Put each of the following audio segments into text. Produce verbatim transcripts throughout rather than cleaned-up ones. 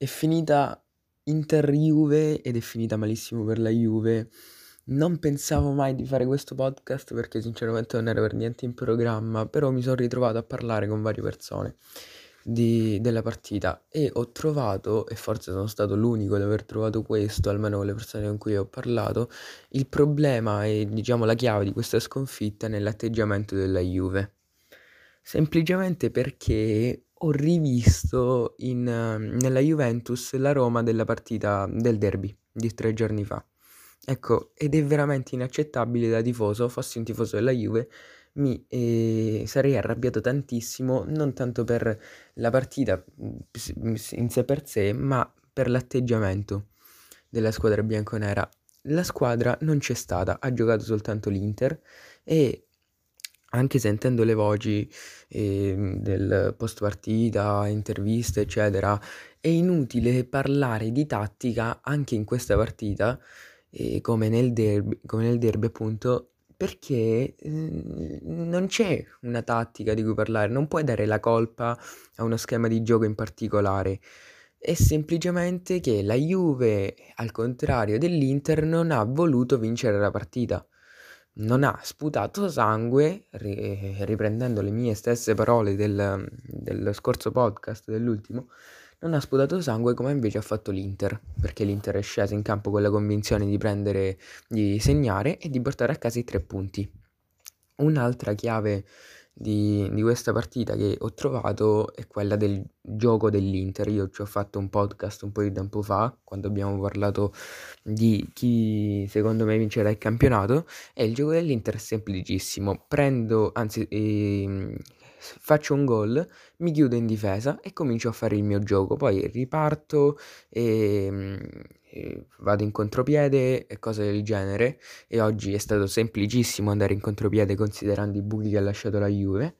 È finita Inter-Juve ed è finita malissimo per la Juve. Non pensavo mai di fare questo podcast perché sinceramente non era per niente in programma, però mi sono ritrovato a parlare con varie persone di- della partita e ho trovato, e forse sono stato l'unico ad aver trovato questo, almeno con le persone con cui ho parlato, il problema e diciamo la chiave di questa sconfitta nell'atteggiamento della Juve. Semplicemente perché ho rivisto in, eh, nella Juventus la Roma della partita del derby di tre giorni fa. Ecco, ed è veramente inaccettabile da tifoso, fossi un tifoso della Juve, mi eh, sarei arrabbiato tantissimo, non tanto per la partita mm, ps- in sé per sé, ma per l'atteggiamento della squadra bianconera. La squadra non c'è stata, ha giocato soltanto l'Inter e anche sentendo le voci ehm, del post partita, interviste, eccetera, è inutile parlare di tattica anche in questa partita, eh, come nel derby, come nel derby appunto, perché eh, non c'è una tattica di cui parlare, non puoi dare la colpa a uno schema di gioco in particolare. È semplicemente che la Juve, al contrario dell'Inter, non ha voluto vincere la partita. Non ha sputato sangue, ri- riprendendo le mie stesse parole del, dello scorso podcast, dell'ultimo, non ha sputato sangue come invece ha fatto l'Inter, perché l'Inter è sceso in campo con la convinzione di prendere, di segnare e di portare a casa i tre punti. Un'altra chiave di, di questa partita che ho trovato è quella del gioco dell'Inter. Io ci ho fatto un podcast un po' di tempo fa, quando abbiamo parlato di chi secondo me vincerà il campionato, e il gioco dell'Inter è semplicissimo. Prendo, anzi, ehm, faccio un gol, mi chiudo in difesa e comincio a fare il mio gioco. Poi riparto e, mm, e vado in contropiede e cose del genere. E oggi è stato semplicissimo andare in contropiede considerando i buchi che ha lasciato la Juve.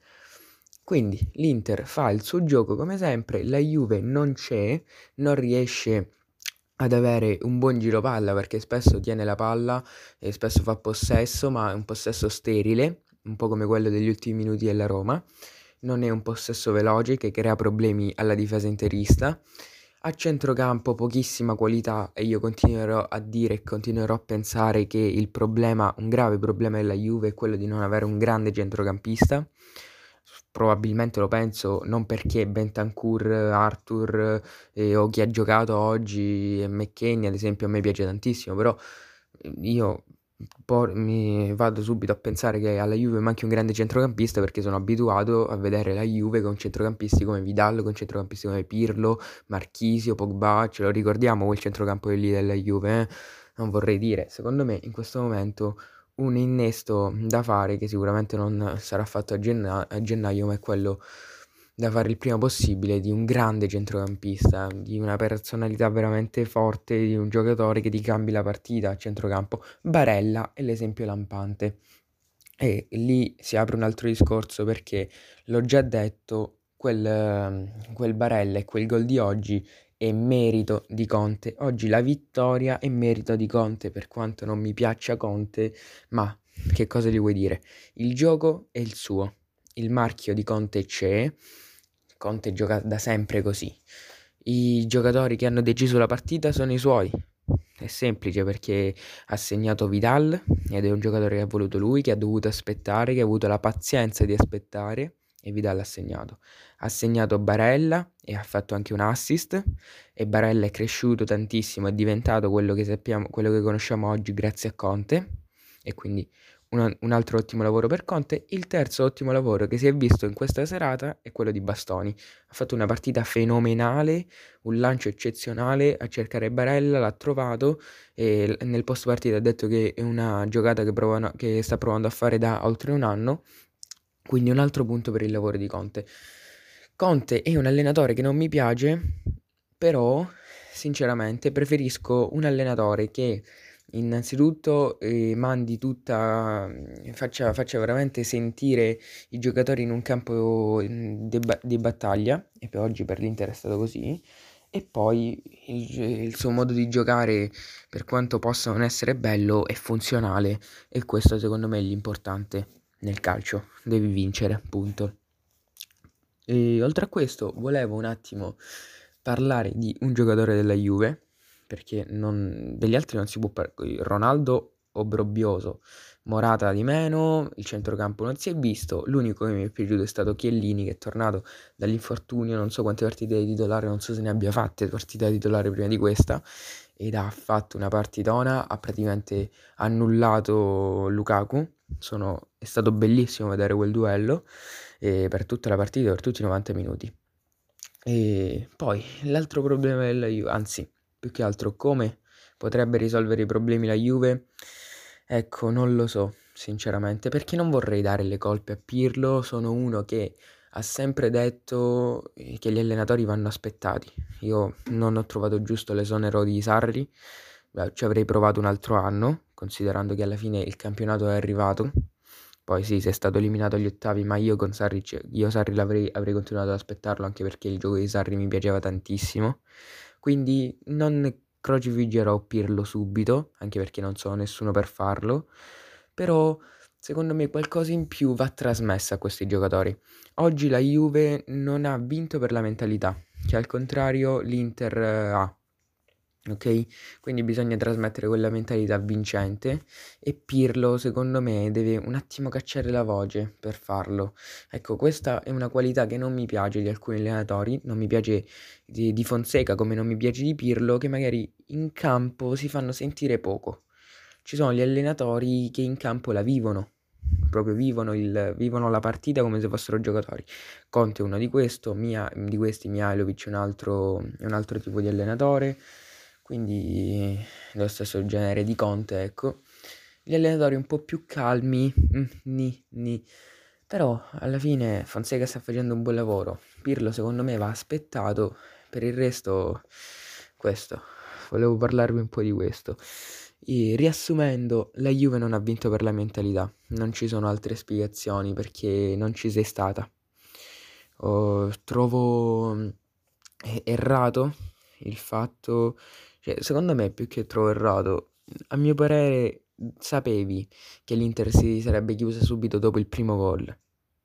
Quindi l'Inter fa il suo gioco come sempre, la Juve non c'è, non riesce ad avere un buon giro palla perché spesso tiene la palla e spesso fa possesso, ma è un possesso sterile, un po' come quello degli ultimi minuti della Roma. Non è un possesso veloce che crea problemi alla difesa interista. A centrocampo pochissima qualità e io continuerò a dire e continuerò a pensare che il problema, un grave problema della Juve è quello di non avere un grande centrocampista. Probabilmente lo penso non perché Bentancur, Arthur eh, o chi ha giocato oggi, e McKennie ad esempio a me piace tantissimo, però eh, io por- mi vado subito a pensare che alla Juve manchi un grande centrocampista perché sono abituato a vedere la Juve con centrocampisti come Vidal, con centrocampisti come Pirlo, Marchisio, Pogba, ce lo ricordiamo quel centrocampo lì della Juve, eh? Non vorrei dire, secondo me in questo momento un innesto da fare che sicuramente non sarà fatto a, genna- a gennaio, ma è quello da fare il prima possibile di un grande centrocampista, di una personalità veramente forte, di un giocatore che ti cambi la partita a centrocampo. Barella è l'esempio lampante. E lì si apre un altro discorso perché l'ho già detto, quel, ehm, quel Barella e quel gol di oggi è merito di Conte. Oggi la vittoria è merito di Conte, per quanto non mi piaccia Conte, ma che cosa gli vuoi dire? Il gioco è il suo, il marchio di Conte c'è, Conte gioca da sempre così. I giocatori che hanno deciso la partita sono i suoi. È semplice perché ha segnato Vidal ed è un giocatore che ha voluto lui, che ha dovuto aspettare, che ha avuto la pazienza di aspettare e Vidal ha segnato. Ha segnato Barella e ha fatto anche un assist e Barella è cresciuto tantissimo, è diventato quello che sappiamo, quello che conosciamo oggi grazie a Conte e quindi un, un altro ottimo lavoro per Conte. Il terzo ottimo lavoro che si è visto in questa serata è quello di Bastoni. Ha fatto una partita fenomenale, un lancio eccezionale a cercare Barella, l'ha trovato e nel post partita ha detto che è una giocata che, provano, che sta provando a fare da oltre un anno, quindi un altro punto per il lavoro di Conte. Conte è un allenatore che non mi piace, però sinceramente preferisco un allenatore che innanzitutto eh, mandi tutta, faccia, faccia veramente sentire i giocatori in un campo mm, di, ba- di battaglia, e per oggi per l'Inter è stato così, e poi il, il suo modo di giocare, per quanto possa non essere bello, è funzionale, e questo secondo me è l'importante nel calcio, devi vincere, punto. E oltre a questo, volevo un attimo parlare di un giocatore della Juve, perché non, degli altri non si può parlare. Ronaldo obbrobbioso, Morata di meno, il centrocampo non si è visto. L'unico che mi è piaciuto è stato Chiellini, che è tornato dall'infortunio, non so quante partite da titolare, non so se ne abbia fatte partite da titolare prima di questa, ed ha fatto una partitona, ha praticamente annullato Lukaku. Sono, è stato bellissimo vedere quel duello, eh, per tutta la partita, per tutti i novanta minuti. E poi l'altro problema della Juve, anzi, più che altro come potrebbe risolvere i problemi la Juve, ecco, non lo so, sinceramente, perché non vorrei dare le colpe a Pirlo. Sono uno che ha sempre detto eh, che gli allenatori vanno aspettati. Io non ho trovato giusto l'esonero di Sarri, beh, ci avrei provato un altro anno, considerando che alla fine il campionato è arrivato. Poi sì, sei stato eliminato agli ottavi, ma io con Sarri, c- io Sarri l'avrei, avrei continuato ad aspettarlo, anche perché il gioco di Sarri mi piaceva tantissimo. Quindi non crocifiggerò Pirlo subito, anche perché non sono nessuno per farlo. Però secondo me qualcosa in più va trasmessa a questi giocatori. Oggi la Juve non ha vinto per la mentalità, che al contrario l'Inter eh, ha. Ok? Quindi bisogna trasmettere quella mentalità vincente, e Pirlo, secondo me, deve un attimo cacciare la voce per farlo. Ecco, questa è una qualità che non mi piace di alcuni allenatori, non mi piace di, di Fonseca come non mi piace di Pirlo, che magari in campo si fanno sentire poco. Ci sono gli allenatori che in campo la vivono, proprio vivono, il, vivono la partita come se fossero giocatori. Conte è uno di, questo, Mia, di questi, Mihajlovic è un altro, è un altro tipo di allenatore, quindi lo stesso genere di Conte, ecco. Gli allenatori un po' più calmi, mm, ni, ni. Però alla fine Fonseca sta facendo un buon lavoro. Pirlo secondo me va aspettato. Per il resto, questo. Volevo parlarvi un po' di questo. E riassumendo, la Juve non ha vinto per la mentalità. Non ci sono altre spiegazioni, perché non ci sei stata. Oh, trovo mm, errato il fatto, cioè, secondo me più che trovo errato, a mio parere sapevi che l'Inter si sarebbe chiusa subito dopo il primo gol,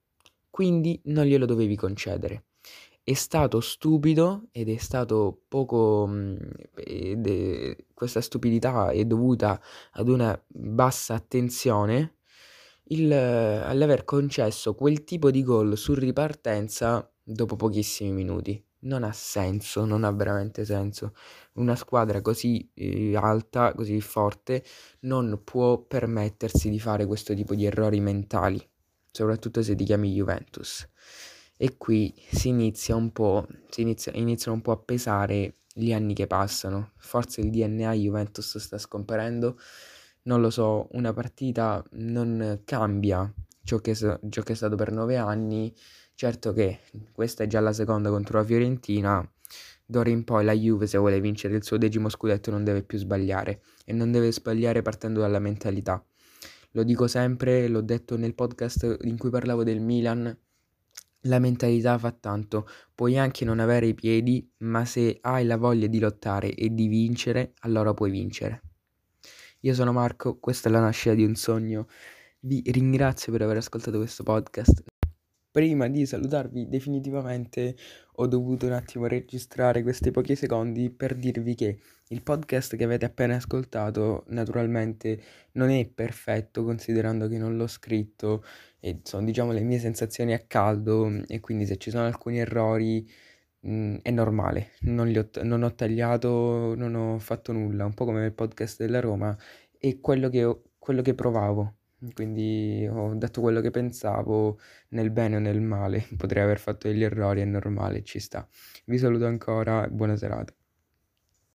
quindi non glielo dovevi concedere. È stato stupido, ed è stato poco... mh, ed è- questa stupidità è dovuta ad una bassa attenzione, il, all'aver concesso quel tipo di gol su ripartenza dopo pochissimi minuti. Non ha senso, non ha veramente senso. Una squadra così eh, alta, così forte, non può permettersi di fare questo tipo di errori mentali, soprattutto se ti chiami Juventus. E qui si inizia un po', si inizia, iniziano un po' a pesare gli anni che passano. Forse il D N A Juventus sta scomparendo, non lo so, una partita non cambia ciò che, ciò che è stato per nove anni. Certo che questa è già la seconda contro la Fiorentina. D'ora in poi la Juve, se vuole vincere il suo decimo scudetto, non deve più sbagliare, e non deve sbagliare partendo dalla mentalità. Lo dico sempre, l'ho detto nel podcast in cui parlavo del Milan, la mentalità fa tanto. Puoi anche non avere i piedi, ma se hai la voglia di lottare e di vincere, allora puoi vincere. Io sono Marco, questa è la nascita di un sogno. Vi ringrazio per aver ascoltato questo podcast. Prima di salutarvi definitivamente ho dovuto un attimo registrare questi pochi secondi per dirvi che il podcast che avete appena ascoltato naturalmente non è perfetto, considerando che non l'ho scritto e sono, diciamo, le mie sensazioni a caldo, e quindi se ci sono alcuni errori mh, è normale. Non, li ho, non ho tagliato, non ho fatto nulla, un po' come il podcast della Roma, e quello che, ho- quello che provavo. Quindi ho detto quello che pensavo, nel bene o nel male. Potrei aver fatto degli errori, è normale, ci sta. Vi saluto ancora e buona serata.